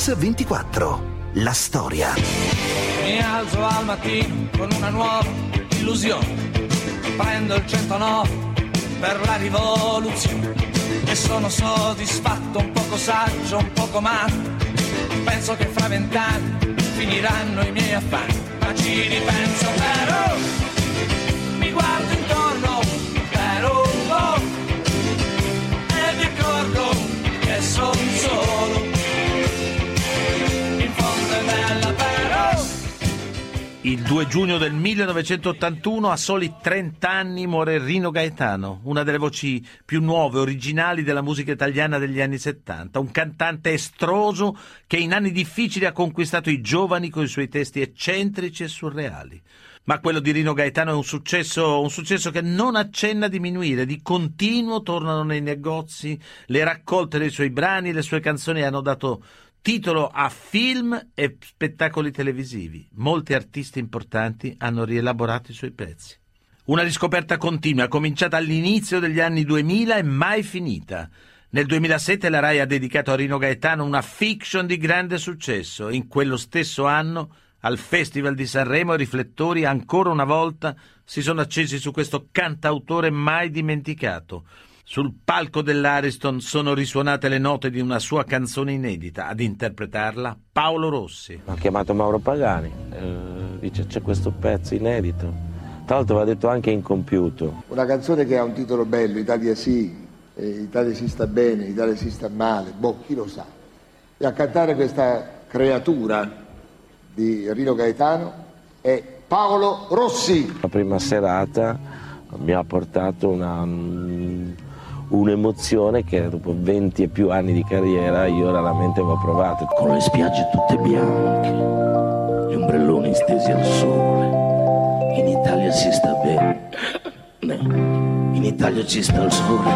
Mix24. La storia. Mi alzo al mattino con una nuova illusione. Prendo il 109 per la rivoluzione. E sono soddisfatto, un poco saggio, un poco matto. Penso che fra 20 anni finiranno i miei affanni. Ma ci ripenso però, mi guardo intorno per un po' e mi accorgo che sono solo. In fondo è bella però. Il 2 giugno del 1981, a soli 30 anni, muore Rino Gaetano, una delle voci più nuove e originali della musica italiana degli anni 70, un cantante estroso che in anni difficili ha conquistato i giovani con i suoi testi eccentrici e surreali. Ma quello di Rino Gaetano è un successo che non accenna a diminuire, di continuo tornano nei negozi le raccolte dei suoi brani, le sue canzoni hanno dato titolo a film e spettacoli televisivi. Molti artisti importanti hanno rielaborato i suoi pezzi. Una riscoperta continua, cominciata all'inizio degli anni 2000 e mai finita. Nel 2007 la Rai ha dedicato a Rino Gaetano una fiction di grande successo. In quello stesso anno, al Festival di Sanremo, i riflettori ancora una volta si sono accesi su questo cantautore mai dimenticato. Sul palco dell'Ariston sono risuonate le note di una sua canzone inedita, ad interpretarla Paolo Rossi. Ha chiamato Mauro Pagani, dice c'è questo pezzo inedito, tra l'altro va detto anche incompiuto. Una canzone che ha un titolo bello, Italia sì, Italia si sta bene, Italia si sta male, chi lo sa. E a cantare questa creatura di Rino Gaetano è Paolo Rossi. La prima serata mi ha portato un'emozione che dopo 20 e più anni di carriera io raramente avevo provato. Con le spiagge tutte bianche, gli ombrelloni stesi al sole, in Italia si sta bene, in Italia ci sta il sole,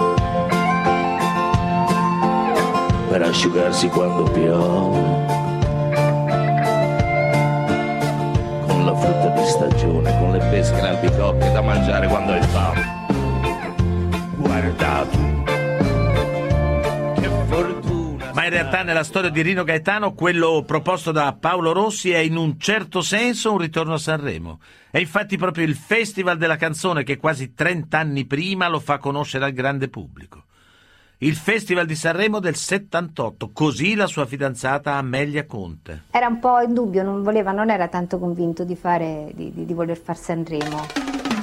per asciugarsi quando piove, con la frutta di stagione, con le pesche e albicocche da mangiare quando hai fame. Guardate, che fortuna. Ma in realtà nella storia di Rino Gaetano quello proposto da Paolo Rossi è in un certo senso un ritorno a Sanremo. È infatti proprio il Festival della canzone che quasi 30 anni prima lo fa conoscere al grande pubblico. Il Festival di Sanremo del 78, così la sua fidanzata Amelia Conte. Era un po' in dubbio, non era tanto convinto di voler far Sanremo.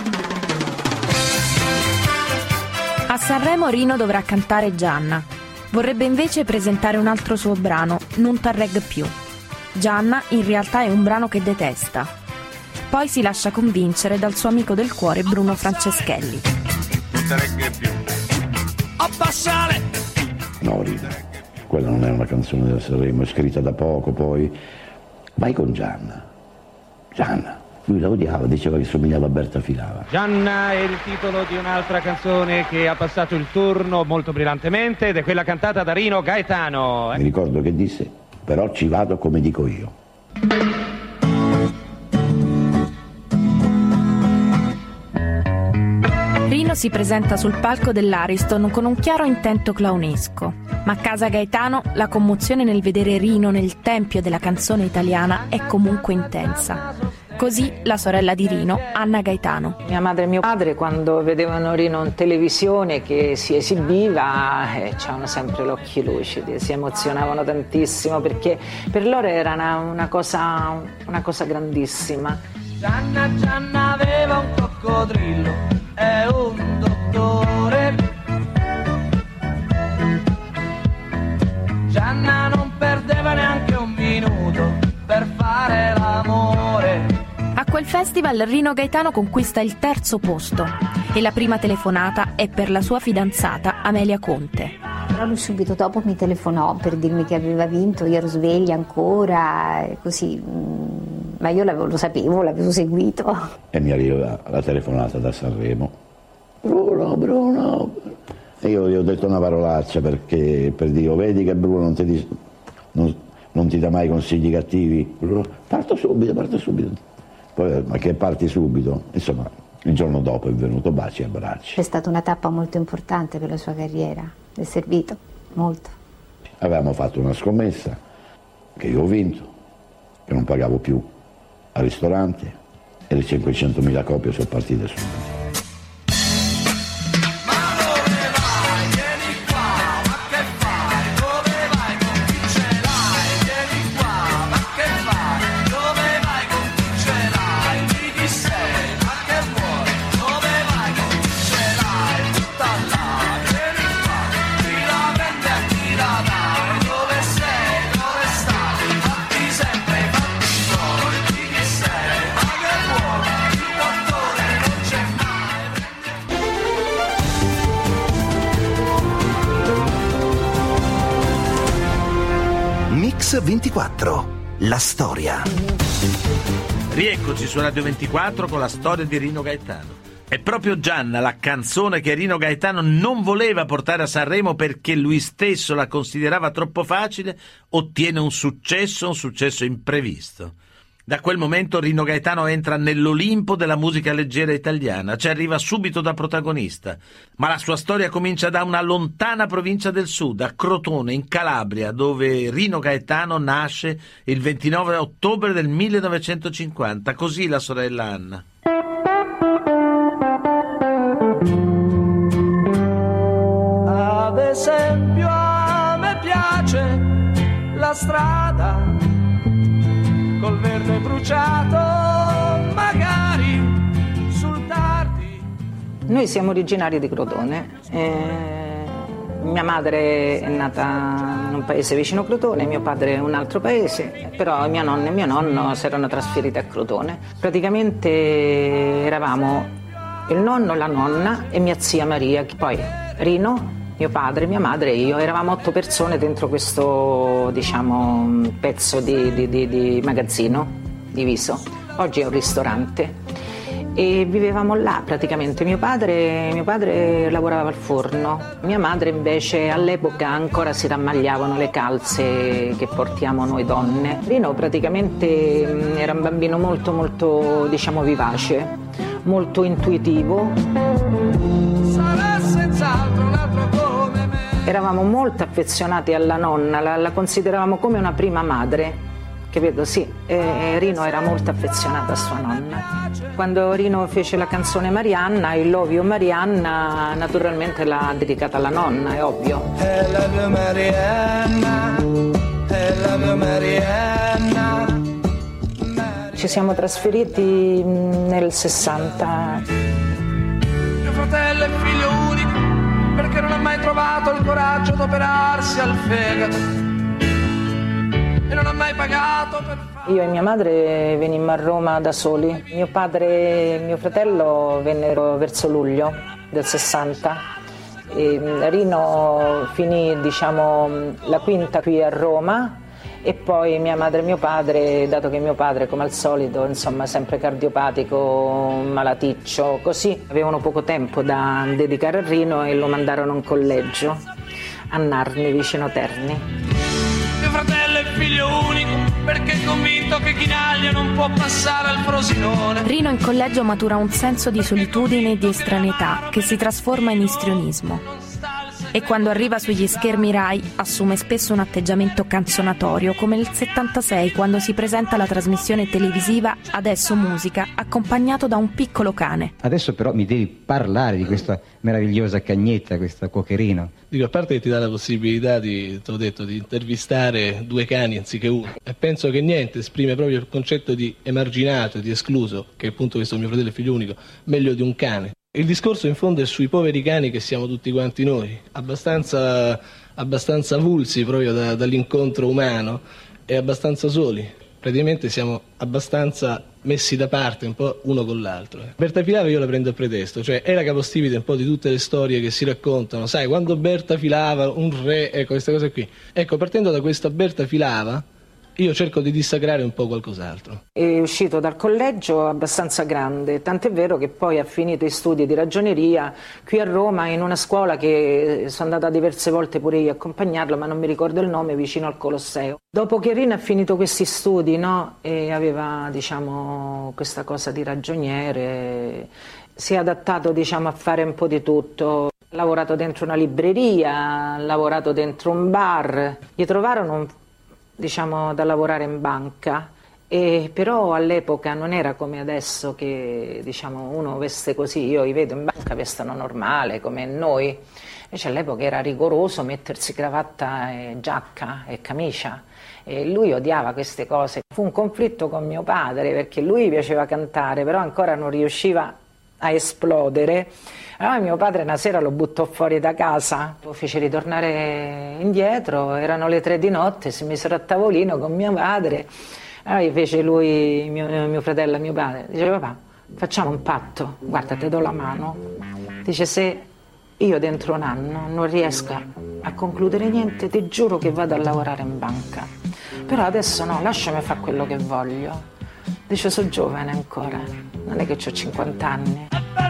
A Sanremo Rino dovrà cantare Gianna. Vorrebbe invece presentare un altro suo brano, Non t'arregg più. Gianna in realtà è un brano che detesta. Poi si lascia convincere dal suo amico del cuore Bruno Franceschelli. Non t'arregg più. Abbassare! No, Rino, quella non è una canzone del Sanremo, è scritta da poco, poi vai con Gianna. Gianna. Lui la odiava, diceva che somigliava a Berta Filava. Gianna è il titolo di un'altra canzone che ha passato il turno molto brillantemente ed è quella cantata da Rino Gaetano. Mi ricordo che disse, però ci vado come dico io. Rino si presenta sul palco dell'Ariston con un chiaro intento clownesco, ma a casa Gaetano la commozione nel vedere Rino nel tempio della canzone italiana è comunque intensa. Così la sorella di Rino, Anna Gaetano. Mia madre e mio padre, quando vedevano Rino in televisione che si esibiva, c'erano sempre gli occhi lucidi, si emozionavano tantissimo perché per loro era una cosa grandissima. Gianna aveva un coccodrillo e un dottore. Gianna non perdeva neanche un minuto per fare l'amore. A quel festival Rino Gaetano conquista il 3° posto e la prima telefonata è per la sua fidanzata Amelia Conte. Però lui subito dopo mi telefonò per dirmi che aveva vinto, io ero sveglia ancora, così, ma io lo sapevo, l'avevo seguito. E mi arriva la telefonata da Sanremo. Bruno. E io gli ho detto una parolaccia per dire, vedi che Bruno non ti dà mai consigli cattivi. Bruno, parto subito. Poi, ma che parti subito? Insomma, il giorno dopo è venuto baci e abbracci. È stata una tappa molto importante per la sua carriera, è servito molto. Avevamo fatto una scommessa che io ho vinto, che non pagavo più al ristorante e le 500.000 copie sono partite subito. Mix 24, la storia. Rieccoci su Radio 24 con la storia di Rino Gaetano. È proprio Gianna, la canzone che Rino Gaetano non voleva portare a Sanremo perché lui stesso la considerava troppo facile, ottiene un successo imprevisto. Da quel momento Rino Gaetano entra nell'Olimpo della musica leggera italiana, ci arriva subito da protagonista, ma la sua storia comincia da una lontana provincia del sud, a Crotone, in Calabria, dove Rino Gaetano nasce il 29 ottobre del 1950, così la sorella Anna. Ad esempio a me piace la strada col verde bruciato, magari sul tardi. Noi siamo originari di Crotone. Mia madre è nata in un paese vicino a Crotone, mio padre in un altro paese, però mia nonna e mio nonno si erano trasferiti a Crotone. Praticamente eravamo il nonno, la nonna e mia zia Maria, poi Rino, mio padre, mia madre e io. Eravamo 8 persone dentro questo, diciamo, pezzo di magazzino diviso. Oggi è un ristorante e vivevamo là praticamente. Mio padre lavorava al forno, mia madre invece all'epoca ancora si rammagliavano le calze che portiamo noi donne. Rino praticamente era un bambino molto diciamo vivace, molto intuitivo. Sarà senz'altro un altro come me. Eravamo molto affezionati alla nonna, la consideravamo come una prima madre, capito? Sì, Rino era molto affezionato a sua nonna. Quando Rino fece la canzone Marianna, il Love You Marianna, naturalmente l'ha dedicata alla nonna, è ovvio. I love you Marianna, I love you Marianna. Ci siamo trasferiti nel 60. Mio fratello è figlio unico perché non ha mai trovato il coraggio di operarsi al fegato e non ha mai pagato per fare. Io e mia madre venimmo a Roma da soli. Mio padre e mio fratello vennero verso luglio del 60. E Rino finì, diciamo, la quinta qui a Roma. E poi mia madre e mio padre, dato che mio padre come al solito, insomma, sempre cardiopatico, malaticcio, così, avevano poco tempo da dedicare a Rino e lo mandarono a un collegio a Narni, vicino Terni. Mio fratello è figlio unico perché è convinto che Chinaglia non può passare al Frosinone. Rino in collegio matura un senso di solitudine e di estraneità che si trasforma in istrionismo. E quando arriva sugli schermi Rai assume spesso un atteggiamento canzonatorio, come nel 76 quando si presenta la trasmissione televisiva Adesso Musica, accompagnato da un piccolo cane. Adesso però mi devi parlare di questa meravigliosa cagnetta, questa Cocherino. Dico, a parte che ti dà la possibilità di, te l'ho detto, di intervistare 2 cani anziché uno, e penso che niente esprime proprio il concetto di emarginato e di escluso, che appunto questo mio fratello è figlio unico, meglio di un cane. Il discorso in fondo è sui poveri cani che siamo tutti quanti noi, abbastanza avulsi proprio dall'incontro umano e abbastanza soli. Praticamente siamo abbastanza messi da parte un po' uno con l'altro. Berta Filava io la prendo a pretesto, cioè è la capostipite un po' di tutte le storie che si raccontano, sai, quando Berta Filava, un re, ecco queste cose qui. Ecco, partendo da questa Berta Filava, io cerco di dissacrare un po' qualcos'altro. È uscito dal collegio abbastanza grande, tant'è vero che poi ha finito i studi di ragioneria qui a Roma in una scuola che sono andata diverse volte pure io a accompagnarlo, ma non mi ricordo il nome, vicino al Colosseo. Dopo che Rino ha finito questi studi, no, e aveva, diciamo, questa cosa di ragioniere, si è adattato, diciamo, a fare un po' di tutto. Ha lavorato dentro una libreria, ha lavorato dentro un bar, gli trovarono diciamo, da lavorare in banca, però all'epoca non era come adesso che, diciamo, uno veste così. Io li vedo in banca, vestono normale come noi, invece all'epoca era rigoroso mettersi cravatta e giacca e camicia, e lui odiava queste cose. Fu un conflitto con mio padre perché lui piaceva cantare, però ancora non riusciva a esplodere. Allora mio padre una sera lo buttò fuori da casa, lo fece ritornare indietro, erano le 3 di notte, si misero a tavolino con mio padre. Allora gli fece lui, mio fratello e mio padre, dice: papà, facciamo un patto, guarda, te do la mano. Dice: se io dentro un anno non riesco a concludere niente, ti giuro che vado a lavorare in banca, però adesso no, lasciami fare quello che voglio. Dice: sono giovane ancora, non è che ho 50 anni.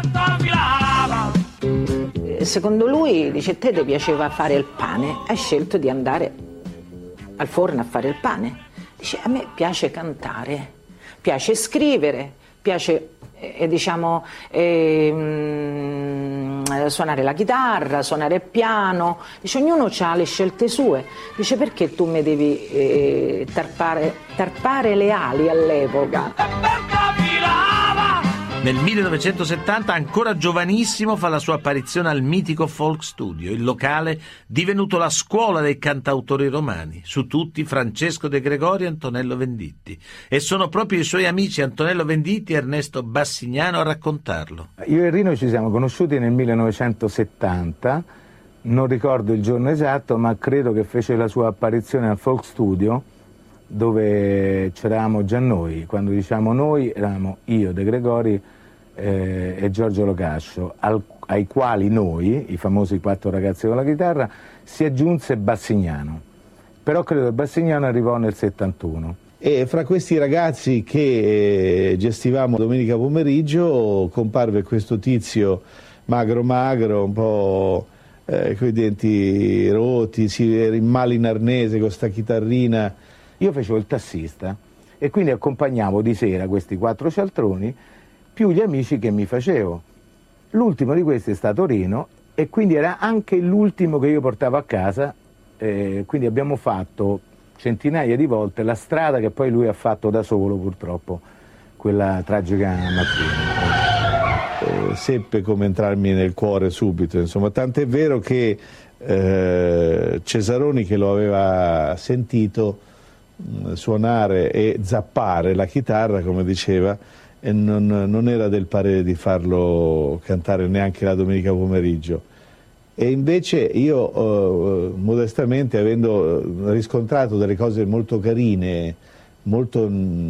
Secondo lui, dice, te ti piaceva fare il pane, hai scelto di andare al forno a fare il pane. Dice: a me piace cantare, piace scrivere, piace diciamo suonare la chitarra, suonare il piano. Dice: ognuno ha le scelte sue. Dice: perché tu mi devi tarpare le ali all'epoca? Nel 1970, ancora giovanissimo, fa la sua apparizione al mitico Folk Studio, il locale divenuto la scuola dei cantautori romani, su tutti Francesco De Gregori e Antonello Venditti. E sono proprio i suoi amici Antonello Venditti e Ernesto Bassignano a raccontarlo. Io e Rino ci siamo conosciuti nel 1970, non ricordo il giorno esatto, ma credo che fece la sua apparizione al Folk Studio, dove c'eravamo già noi. Quando diciamo noi, eravamo io, De Gregori e Giorgio Locascio, ai quali noi, i famosi 4 ragazzi con la chitarra, si aggiunse Bassignano. Però credo che Bassignano arrivò nel 71. E fra questi ragazzi che gestivamo domenica pomeriggio comparve questo tizio magro, un po' con i denti rotti, era in male in arnese con sta chitarrina. Io facevo il tassista e quindi accompagnavo di sera questi 4 cialtroni più gli amici che mi facevo. L'ultimo di questi è stato Rino e quindi era anche l'ultimo che io portavo a casa, quindi abbiamo fatto centinaia di volte la strada che poi lui ha fatto da solo, purtroppo, quella tragica mattina. Seppe come entrarmi nel cuore subito, insomma, tant'è vero che Cesaroni, che lo aveva sentito suonare e zappare la chitarra, come diceva, e non era del parere di farlo cantare neanche la domenica pomeriggio. E invece io modestamente, avendo riscontrato delle cose molto carine, molto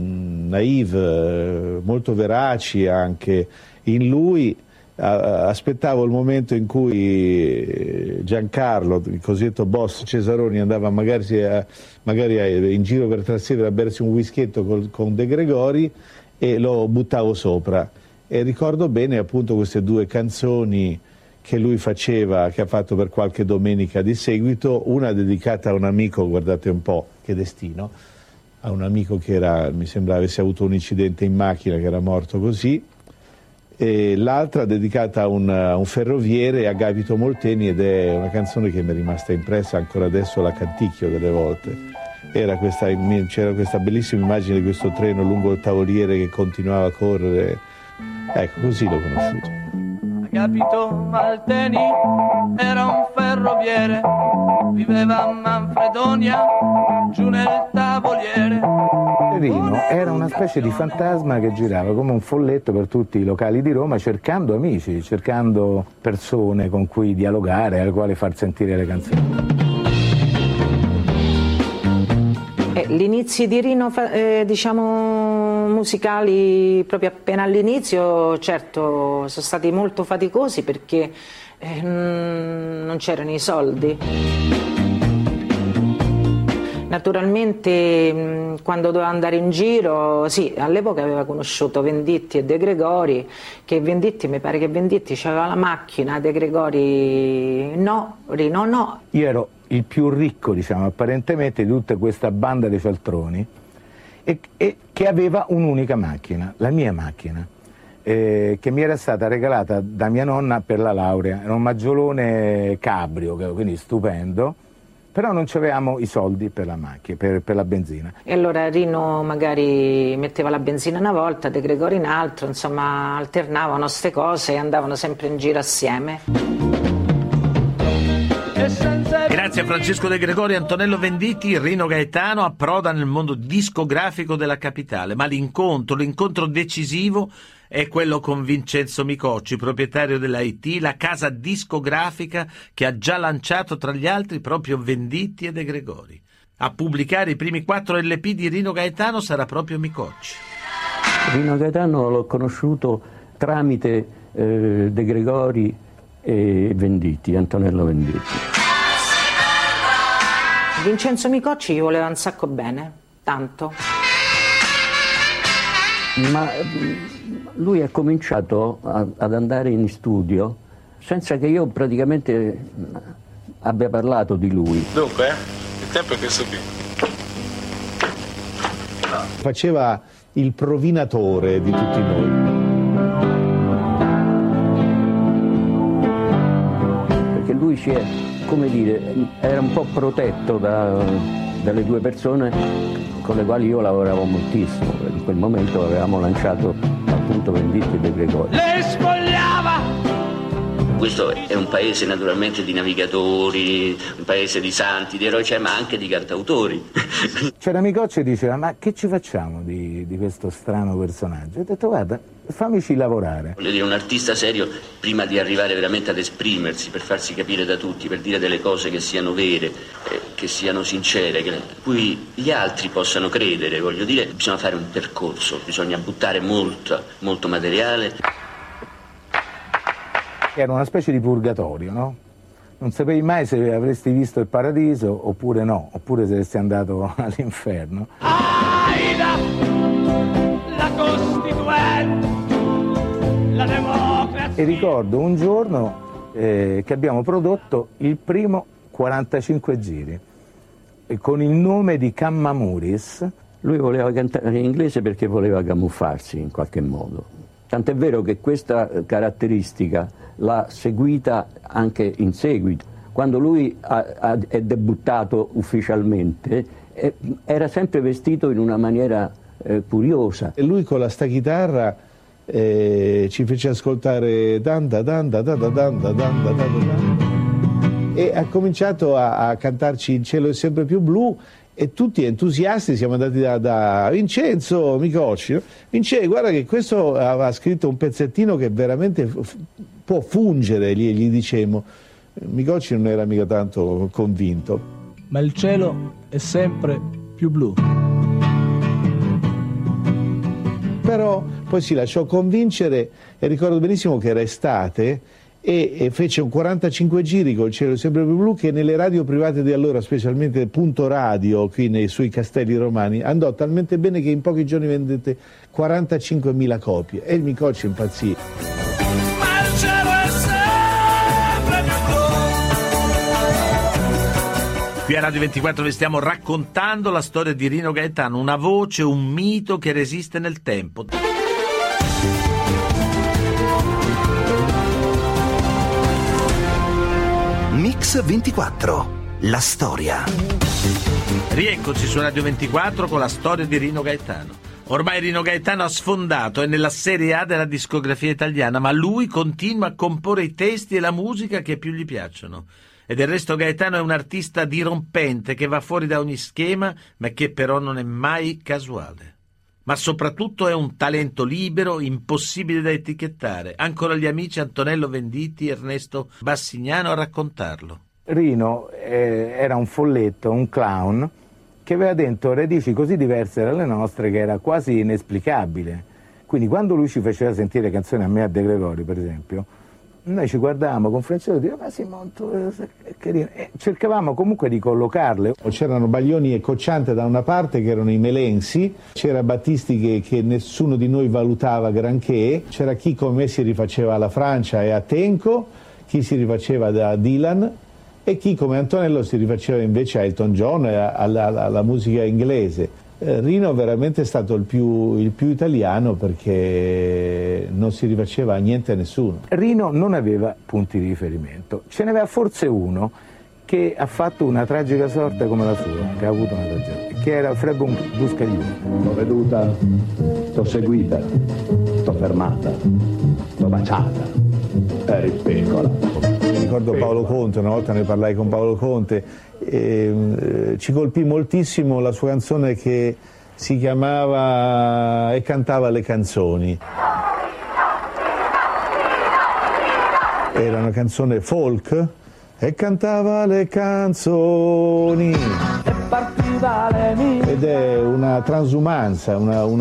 naive, molto veraci anche in lui, aspettavo il momento in cui Giancarlo, il cosiddetto boss Cesaroni, andava magari in giro per Trastevere a bersi un whiskyetto con De Gregori e lo buttavo sopra. E ricordo bene appunto queste 2 canzoni che lui faceva, che ha fatto per qualche domenica di seguito, una dedicata a un amico, guardate un po' che destino, a un amico che mi sembra avesse avuto un incidente in macchina, che era morto così, e l'altra dedicata a un ferroviere, Agapito Molteni, ed è una canzone che mi è rimasta impressa, ancora adesso la canticchio delle volte. C'era questa bellissima immagine di questo treno lungo il Tavoliere che continuava a correre, ecco, così l'ho conosciuto. Agapito Molteni era un ferroviere, viveva a Manfredonia, giù nel Tavoliere. Rino era una specie di fantasma che girava come un folletto per tutti i locali di Roma, cercando amici, cercando persone con cui dialogare, alle quali far sentire le canzoni. Gli inizi di Rino, diciamo, musicali, proprio appena all'inizio, certo, sono stati molto faticosi perché non c'erano i soldi. Naturalmente quando doveva andare in giro, sì, all'epoca aveva conosciuto Venditti e De Gregori, che Venditti, mi pare che Venditti aveva la macchina, De Gregori no, Rino no. Io ero il più ricco, diciamo, apparentemente, di tutta questa banda di cialtroni e che aveva un'unica macchina, la mia macchina, che mi era stata regalata da mia nonna per la laurea. Era un Maggiolone cabrio, quindi stupendo, però non avevamo i soldi per la macchina, per la benzina. E allora Rino magari metteva la benzina una volta, De Gregori in altro, insomma alternavano ste cose e andavano sempre in giro assieme. Grazie a Francesco De Gregori e Antonello Venditti, Rino Gaetano approda nel mondo discografico della capitale, ma l'incontro decisivo è quello con Vincenzo Micocci, proprietario dell'AIT, la casa discografica che ha già lanciato tra gli altri proprio Venditti e De Gregori. A pubblicare i primi 4 LP di Rino Gaetano sarà proprio Micocci. Rino Gaetano l'ho conosciuto tramite De Gregori e Venditti, Antonello Venditti. Vincenzo Micocci gli voleva un sacco bene, tanto. Ma lui ha cominciato ad andare in studio senza che io praticamente abbia parlato di lui. Dunque, il tempo è questo qui. Faceva il provinatore di tutti noi. Perché lui si è, come dire, era un po' protetto dalle due persone con le quali io lavoravo moltissimo. In quel momento avevamo lanciato appunto Venditti e De Gregori. Le spogliava! Questo è un paese naturalmente di navigatori, un paese di santi, di eroi, ma anche di cantautori. C'era Micocci e diceva: ma che ci facciamo di questo strano personaggio? Ho detto: guarda, fammici lavorare. Voglio dire, un artista serio, prima di arrivare veramente ad esprimersi, per farsi capire da tutti, per dire delle cose che siano vere, che siano sincere, che cui gli altri possano credere, voglio dire, bisogna fare un percorso, bisogna buttare molto materiale. Era una specie di purgatorio, no? Non sapevi mai se avresti visto il paradiso oppure no, oppure se saresti andato all'inferno. Aida, la Costituente, la democrazia. E ricordo un giorno che abbiamo prodotto il primo 45 giri con il nome di Cammamuris. Lui voleva cantare in inglese perché voleva camuffarsi in qualche modo. Tant'è vero che questa caratteristica l'ha seguita anche in seguito. Quando lui è debuttato ufficialmente era sempre vestito in una maniera curiosa. E lui con la sta chitarra ci fece ascoltare e ha cominciato a cantarci Il cielo è sempre più blu. E tutti entusiasti siamo andati da Vincenzo Micocci. Vincenzo, guarda che questo aveva scritto un pezzettino che veramente può fungere, gli dicemmo. Micocci non era mica tanto convinto. Ma il cielo è sempre più blu. Però poi si lasciò convincere e ricordo benissimo che era estate e fece un 45 giri col cielo sempre più blu che nelle radio private di allora, specialmente Punto Radio qui sui Castelli Romani, andò talmente bene che in pochi giorni vendette 45.000 copie e il Micocci impazzì. Ma il cielo è sempre più blu. Qui a Radio 24 vi stiamo raccontando la storia di Rino Gaetano, una voce, un mito che resiste nel tempo. Mix 24, la storia. Rieccoci su Radio 24 con la storia di Rino Gaetano. Ormai Rino Gaetano ha sfondato, è nella Serie A della discografia italiana, ma lui continua a comporre i testi e la musica che più gli piacciono. E del resto Gaetano è un artista dirompente che va fuori da ogni schema, ma che però non è mai casuale. Ma soprattutto è un talento libero, impossibile da etichettare. Ancora gli amici Antonello Venditti e Ernesto Bassignano a raccontarlo. Rino era un folletto, un clown, che aveva dentro radici così diverse dalle nostre che era quasi inesplicabile. Quindi quando lui ci faceva sentire canzoni a me e a De Gregori, per esempio, noi ci guardavamo con Francesco e dicevamo: ma sì, molto carino. E cercavamo comunque di collocarle. C'erano Baglioni e Cocciante da una parte, che erano i Melensi, c'era Battisti che nessuno di noi valutava granché, c'era chi come me si rifaceva alla Francia e a Tenco, chi si rifaceva da Dylan e chi come Antonello si rifaceva invece a Elton John e alla musica inglese. Rino veramente è stato il più italiano perché non si rifaceva a niente a nessuno. Rino non aveva punti di riferimento, ce n'aveva forse uno che ha fatto una tragica sorte come la sua, che ha avuto una tragica sorte, che era Alfredo Buscaglione. T'ho veduta, t'ho seguita, t'ho fermata, t'ho baciata, eri pecora. Ricordo Paolo Conte, una volta ne parlai con Paolo Conte, ci colpì moltissimo la sua canzone che si chiamava E cantava le canzoni. Era una canzone folk e cantava le canzoni. Ed è una transumanza,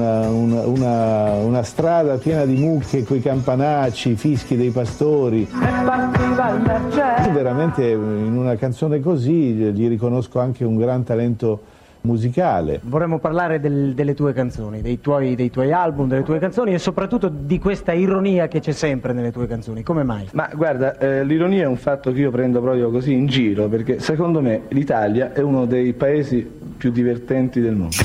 una strada piena di mucche coi campanacci, i fischi dei pastori. Veramente in una canzone così gli riconosco anche un gran talento musicale. Vorremmo parlare delle tue canzoni, dei tuoi album, delle tue canzoni e soprattutto di questa ironia che c'è sempre nelle tue canzoni. Come mai? Ma guarda, l'ironia è un fatto che io prendo proprio così in giro, perché secondo me l'Italia è uno dei paesi più divertenti del mondo.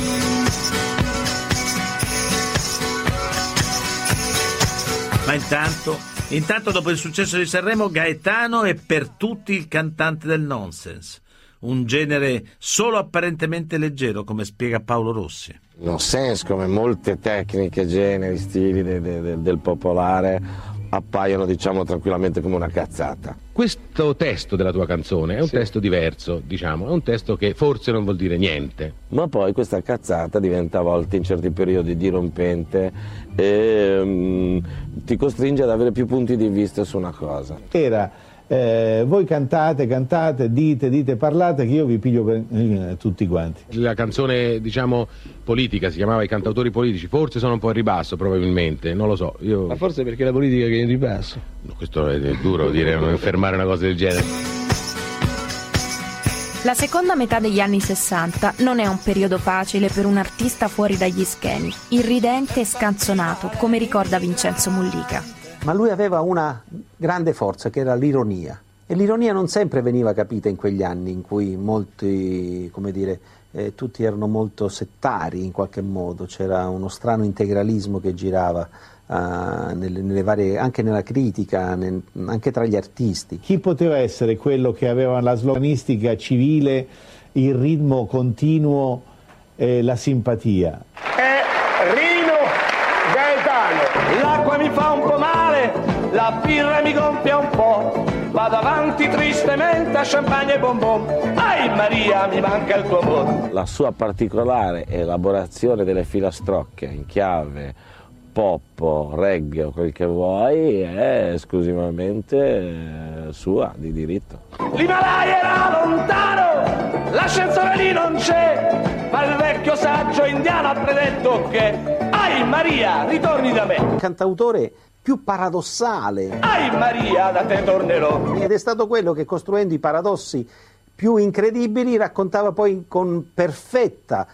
Ma intanto dopo il successo di Sanremo, Gaetano è per tutti il cantante del nonsense. Un genere solo apparentemente leggero, come spiega Paolo Rossi. Nonsense, come molte tecniche, generi, stili del popolare, appaiono, diciamo, tranquillamente come una cazzata. Questo testo della tua canzone è un testo diverso, diciamo, è un testo che forse non vuol dire niente. Ma poi questa cazzata diventa a volte in certi periodi dirompente e ti costringe ad avere più punti di vista su una cosa. Era voi cantate, dite, parlate, che io vi piglio per tutti quanti. La canzone, diciamo, politica si chiamava I cantautori politici, forse sono un po' in ribasso probabilmente, non lo so. Ma forse perché è la politica che è in ribasso. No, questo è duro dire, affermare una cosa del genere. La seconda metà degli anni 60 non è un periodo facile per un artista fuori dagli schemi, irridente e scanzonato, come ricorda Vincenzo Mollica. Ma lui aveva una grande forza che era l'ironia, e l'ironia non sempre veniva capita in quegli anni in cui molti, come dire, tutti erano molto settari in qualche modo, c'era uno strano integralismo che girava nelle varie, anche nella critica, anche tra gli artisti. Chi poteva essere quello che aveva la sloganistica civile, il ritmo continuo e la simpatia? Rino Gaetano. L'acqua mi fa un po' male, la birra mi gonfia un po', vado avanti tristemente a champagne e bonbon. Ai Maria, mi manca il tuo amore. La sua particolare elaborazione delle filastrocche in chiave pop, reggae o quel che vuoi è esclusivamente sua, di diritto. L'Himalaya era lontano, l'ascensore lì non c'è, ma il vecchio saggio indiano ha predetto che ai Maria, ritorni da me. Un cantautore più paradossale. Ai Maria, da te tornerò. Ed è stato quello che, costruendo i paradossi più incredibili, raccontava poi con perfetto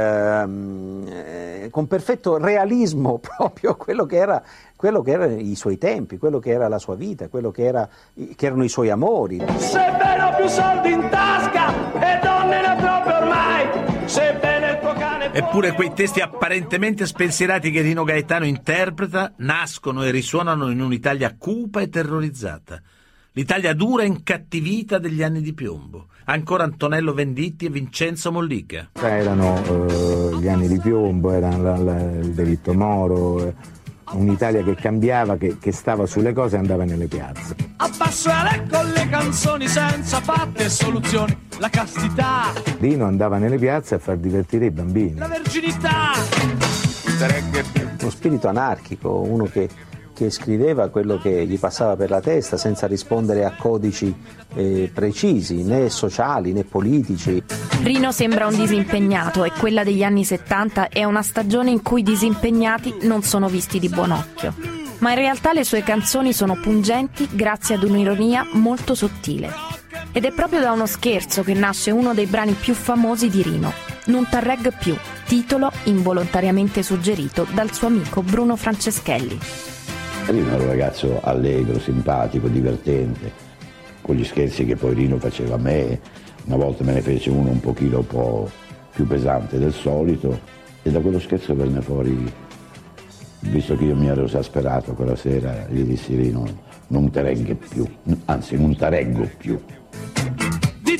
realismo proprio quello che erano i suoi tempi, quello che era la sua vita, che erano i suoi amori. Sebbene ho più soldi in tasca e donne ne ho troppe ormai, sebbene il tuo cane... Eppure quei testi apparentemente spensierati che Rino Gaetano interpreta nascono e risuonano in un'Italia cupa e terrorizzata. L'Italia dura e incattivita degli anni di piombo. Ancora Antonello Venditti e Vincenzo Mollica. Erano gli anni di piombo, era il delitto Moro, un'Italia che cambiava, che stava sulle cose e andava nelle piazze. Abbassare con le canzoni senza fatte e soluzioni, la castità. Rino andava nelle piazze a far divertire i bambini. La verginità. Uno spirito anarchico, uno che scriveva quello che gli passava per la testa senza rispondere a codici precisi, né sociali né politici. Rino sembra un disimpegnato e quella degli anni 70 è una stagione in cui i disimpegnati non sono visti di buon occhio. Ma in realtà le sue canzoni sono pungenti grazie ad un'ironia molto sottile. Ed è proprio da uno scherzo che nasce uno dei brani più famosi di Rino, Non t'arregg più, titolo involontariamente suggerito dal suo amico Bruno Franceschelli. Rino era un ragazzo allegro, simpatico, divertente, con gli scherzi che poi Rino faceva a me. Una volta me ne fece uno un po' più pesante del solito e da quello scherzo venne fuori, visto che io mi ero esasperato quella sera, gli dissi: Rino, non te regge più, anzi non t'arreggo più.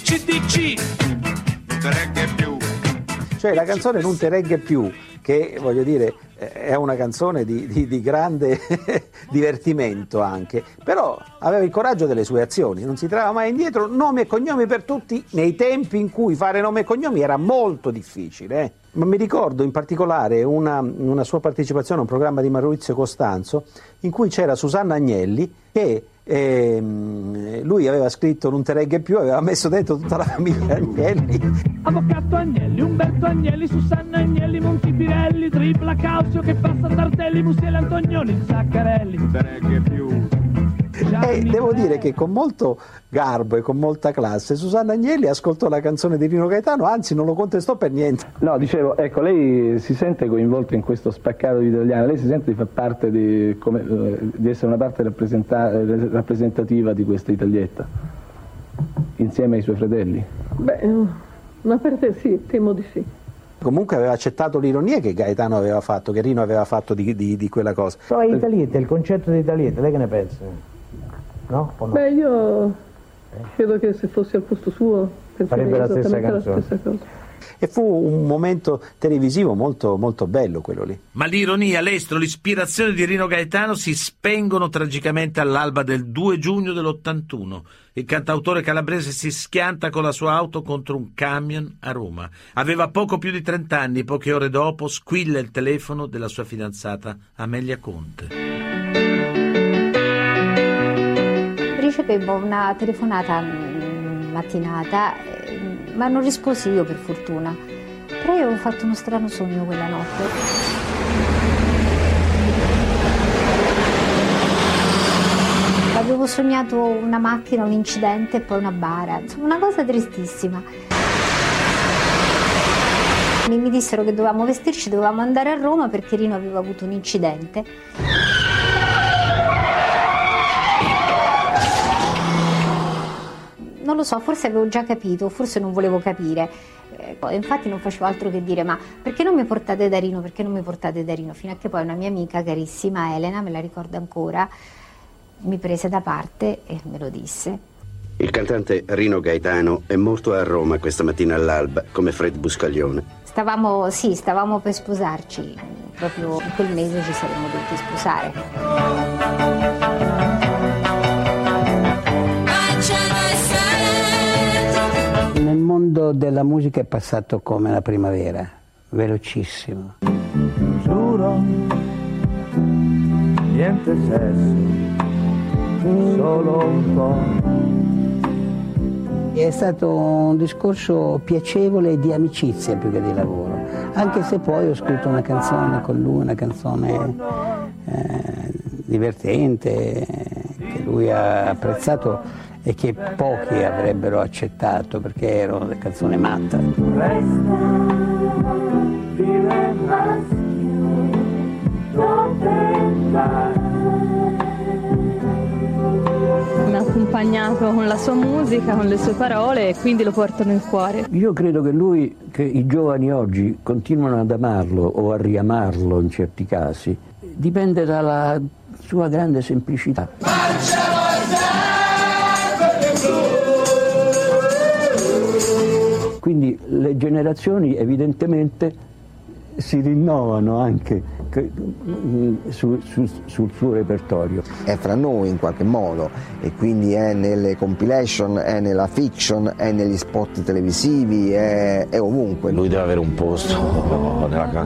ABCDC. Non te regge più. Cioè la canzone Non te regge più, che voglio dire è una canzone di grande divertimento anche, però aveva il coraggio delle sue azioni, non si tirava mai indietro, nomi e cognomi per tutti, nei tempi in cui fare nomi e cognomi era molto difficile. Ma mi ricordo in particolare una sua partecipazione a un programma di Maurizio Costanzo in cui c'era Susanna Agnelli che lui aveva scritto Non te regge più, aveva messo dentro tutta la famiglia Agnelli. Avvocato Agnelli, Umberto Agnelli, Susanna Agnelli, Montipirelli, Tripla Causio che passa Tartelli, Musiele Antonioni, Zaccarelli. Non te regge più. E devo dire che con molto garbo e con molta classe Susanna Agnelli ascoltò la canzone di Rino Gaetano, anzi non lo contestò per niente. No, dicevo, ecco, lei si sente coinvolta in questo spaccato di italiano, lei si sente di far parte di essere una parte rappresentativa di questa Italietta, insieme ai suoi fratelli? Beh, una parte sì, temo di sì. Comunque aveva accettato l'ironia che Gaetano aveva fatto, che Rino aveva fatto di quella cosa. Però Italietta, il concetto di Italietta, lei che ne pensa? No? O no? Beh, io credo che se fossi al posto suo farebbe la stessa canzone. E fu un momento televisivo molto, molto bello quello lì. Ma l'ironia, l'estro, l'ispirazione di Rino Gaetano si spengono tragicamente all'alba del 2 giugno dell'81. Il cantautore calabrese si schianta con la sua auto contro un camion a Roma. Aveva poco più di 30 anni, poche ore dopo squilla il telefono della sua fidanzata Amelia Conte. Ricevevo una telefonata mattinata, ma non risposi io per fortuna. Però io avevo fatto uno strano sogno quella notte. Avevo sognato una macchina, un incidente e poi una bara, insomma una cosa tristissima. Mi dissero che dovevamo vestirci, dovevamo andare a Roma perché Rino aveva avuto un incidente. Non lo so, forse avevo già capito, forse non volevo capire. Infatti non facevo altro che dire, ma perché non mi portate da Rino, perché non mi portate da Rino? Fino a che poi una mia amica carissima, Elena, me la ricordo ancora, mi prese da parte e me lo disse. Il cantante Rino Gaetano è morto a Roma questa mattina all'alba, come Fred Buscaglione. Stavamo per sposarci, proprio in quel mese ci saremmo dovuti sposare. Nel mondo della musica è passato come la primavera, velocissimo. Giuro, niente sesso, solo un po'. È stato un discorso piacevole di amicizia più che di lavoro, anche se poi ho scritto una canzone con lui, una canzone divertente, che lui ha apprezzato e che pochi avrebbero accettato perché era una canzone matta. Mi ha accompagnato con la sua musica, con le sue parole e quindi lo porto nel cuore. Io credo che i giovani oggi continuano ad amarlo o a riamarlo in certi casi, dipende dalla sua grande semplicità. Quindi le generazioni evidentemente si rinnovano anche sul suo repertorio. È fra noi in qualche modo e quindi è nelle compilation, è nella fiction, è negli spot televisivi, è ovunque. Lui deve avere un posto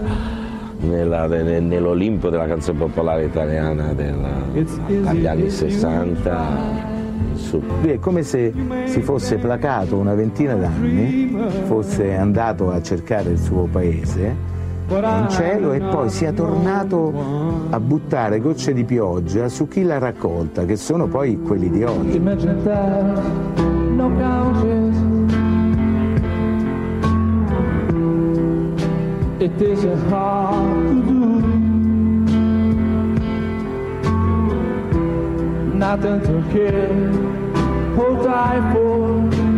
nell'Olimpo della canzone popolare italiana dagli anni 60. Lui è come se si fosse placato una ventina d'anni, fosse andato a cercare il suo paese in cielo e poi sia tornato a buttare gocce di pioggia su chi l'ha raccolta, che sono poi quelli di oggi. It isn't hard to do. Nothing to kill or die for.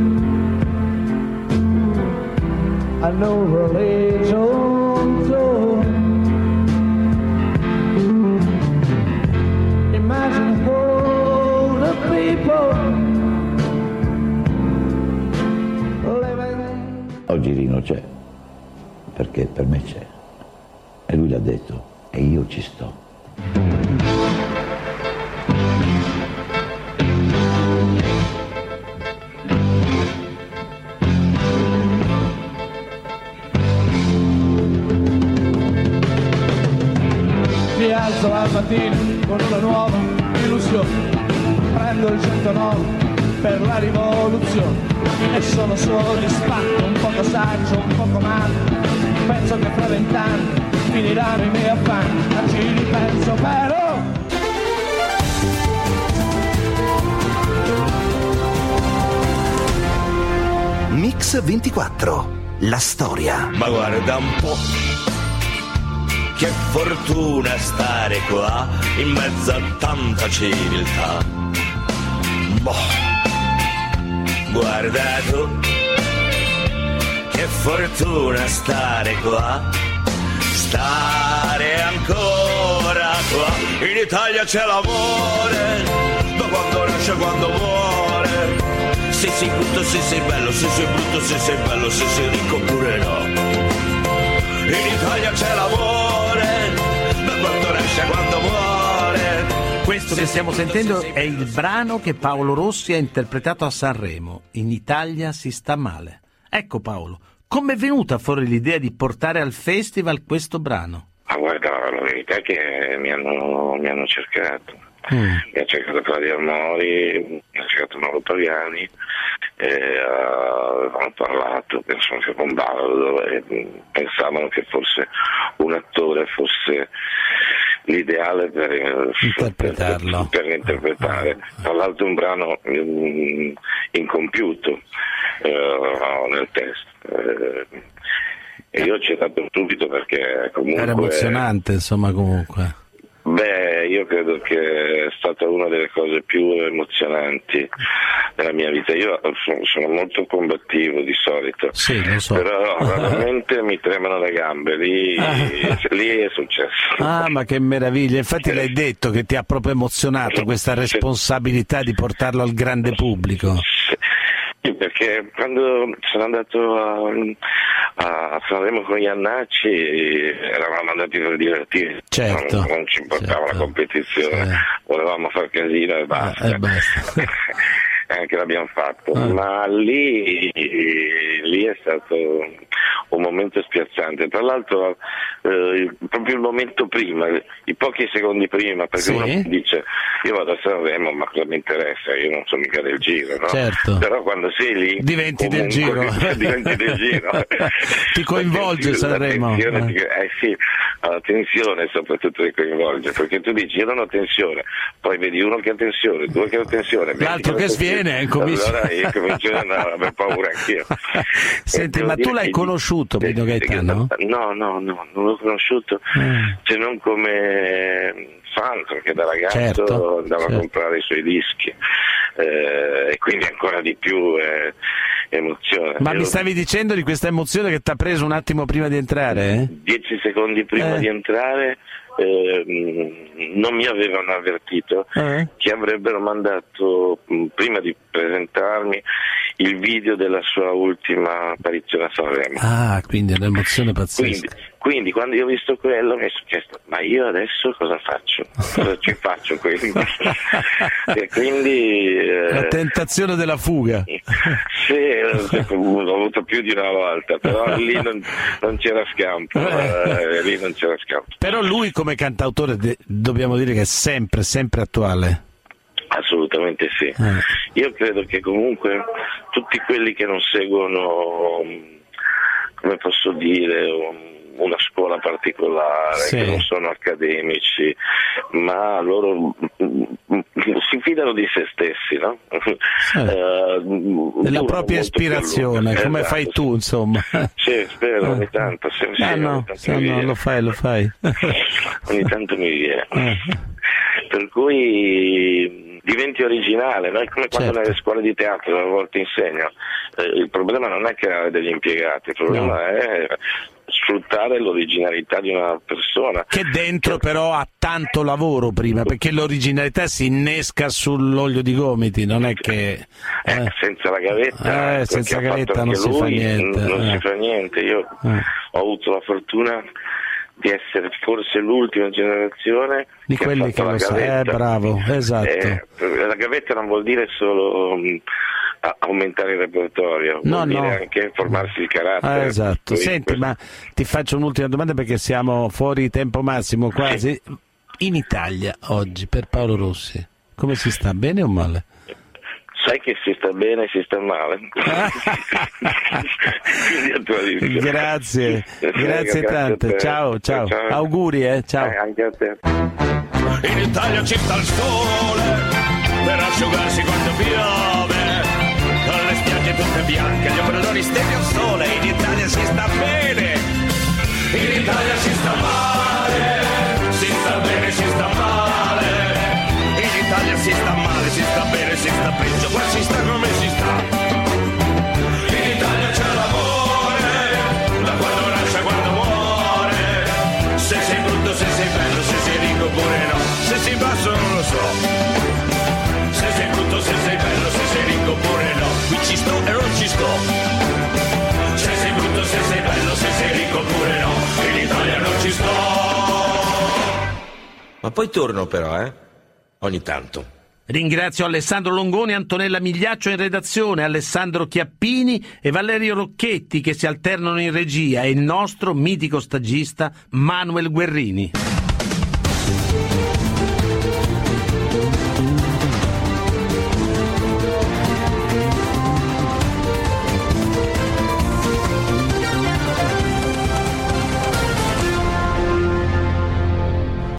I know religion too. Imagine all the people Oggi Rino c'è, perché per me c'è. E lui l'ha detto, e io ci sto. Mi alzo al mattino con una nuova illusione, prendo il 109 per la rivoluzione e sono soddisfatto, un poco saggio, un poco matto. Penso che fra 20 anni finiranno i miei affanni, ma ci ripenso però. Mix 24, la storia. Ma guarda un po', che fortuna stare qua in mezzo a tanta civiltà. Boh, guarda tu, che fortuna stare qua, stare ancora qua. In Italia c'è l'amore, da quando nasce a quando muore. Se sei brutto, se sei bello, se sei brutto, se sei bello, se sei ricco oppure no. In Italia c'è l'amore, da quando nasce a quando muore. Questo che stiamo sentendo è il brano che Paolo Rossi ha interpretato a Sanremo. In Italia si sta male. Ecco Paolo, come è venuta fuori l'idea di portare al festival questo brano? Ma guarda, la verità è che mi hanno cercato. Mi ha cercato Claudio Mori, mi ha cercato Mauro Pagani, avevamo parlato, penso anche con Baldo, e pensavano che forse un attore fosse l'ideale per interpretarlo. Per interpretare. Tra l'altro un brano incompiuto nel testo. E io ci ho dato subito perché comunque... Era emozionante, insomma, comunque. Beh, io credo che è stata una delle cose più emozionanti della mia vita. Io sono molto combattivo di solito, sì, lo so. Però veramente mi tremano le gambe, lì è successo. Ah, ma che meraviglia, infatti l'hai detto che ti ha proprio emozionato questa responsabilità di portarlo al grande pubblico. Sì, perché quando sono andato a Sanremo con Iannacci eravamo andati per divertirci, certo, non ci importava la competizione, volevamo far casino e basta. Anche l'abbibiamo fatto, ma lì è stato un momento spiazzante. Tra l'altro proprio il momento prima, i pochi secondi prima, perché uno dice io vado a Sanremo ma cosa mi interessa, io non so mica del giro, no? Certo. Però quando sei lì diventi del giro. Diventi del giro. Ti coinvolge Sanremo. Sì, la tensione soprattutto ti coinvolge, perché tu dici io non ho tensione, poi vedi uno che ha tensione, due che ha tensione, l'altro che sviene, allora io comincio ad aver paura anch'io. Senti, ma tu l'hai conosciuto Pino Gaetano? No, non l'ho conosciuto, se non come fan, perché da ragazzo andavo a comprare i suoi dischi, e quindi ancora di più emozione. Ma mi stavi dicendo di questa emozione che ti ha preso un attimo prima di entrare? 10 secondi prima di entrare non mi avevano avvertito che avrebbero mandato, prima di presentarmi, il video della sua ultima apparizione a Sanremo. Ah, quindi è un'emozione pazzesca. Quindi quando io ho visto quello mi sono chiesto, ma io adesso cosa faccio? Cosa ci faccio quindi? E quindi la tentazione della fuga. Sì, l'ho avuto più di una volta, però lì non c'era scampo, lì non c'era scampo. Però lui come cantautore dobbiamo dire che è sempre attuale. Assolutamente sì. Io credo che comunque tutti quelli che non seguono, come posso dire, una scuola particolare, che non sono accademici, ma loro si fidano di se stessi, no? Della propria ispirazione, come fai tu, insomma. Sì, spero ogni tanto. No, lo fai. Ogni tanto mi viene. Per cui diventi originale, no? È come quando nelle scuole di teatro a volte insegno. Il problema non è creare degli impiegati, il problema è sfruttare l'originalità di una persona. Che dentro però ha tanto lavoro prima, perché l'originalità si innesca sull'olio di gomiti, non è che... senza la gavetta, senza gavetta non si fa niente. Non si fa niente. Io ho avuto la fortuna di essere forse l'ultima generazione di quelli che lo sa, bravo, esatto. La gavetta non vuol dire solo aumentare il repertorio, vuol dire anche formarsi il carattere. Esatto. Senti, ma ti faccio un'ultima domanda perché siamo fuori tempo massimo quasi. In Italia oggi per Paolo Rossi come si sta, bene o male? Sai che si sta bene e si sta male. Grazie tante. Ciao. Auguri, ciao. Anche a te. In Italia ci sta il sole per asciugarsi quando piove, con le spiagge tutte bianche, gli ombrelloni stesi al sole. In Italia si sta bene, in Italia si sta male, si sta bene, si sta male. In Italia si sta male, si sta bene, si sta peggio, qua si sta come si sta. In Italia c'è l'amore, da quando nasce a quando muore. Se sei brutto, se sei bello, se sei ricco oppure no, se sei basso non lo so. Se sei brutto, se sei bello, se sei ricco oppure no, qui ci sto e non ci sto. Se sei brutto, se sei bello, se sei ricco oppure no, in Italia non ci sto. Ma poi torno però, ogni tanto. Ringrazio Alessandro Longoni, Antonella Migliaccio in redazione, Alessandro Chiappini e Valerio Rocchetti che si alternano in regia e il nostro mitico stagista Manuel Guerrini.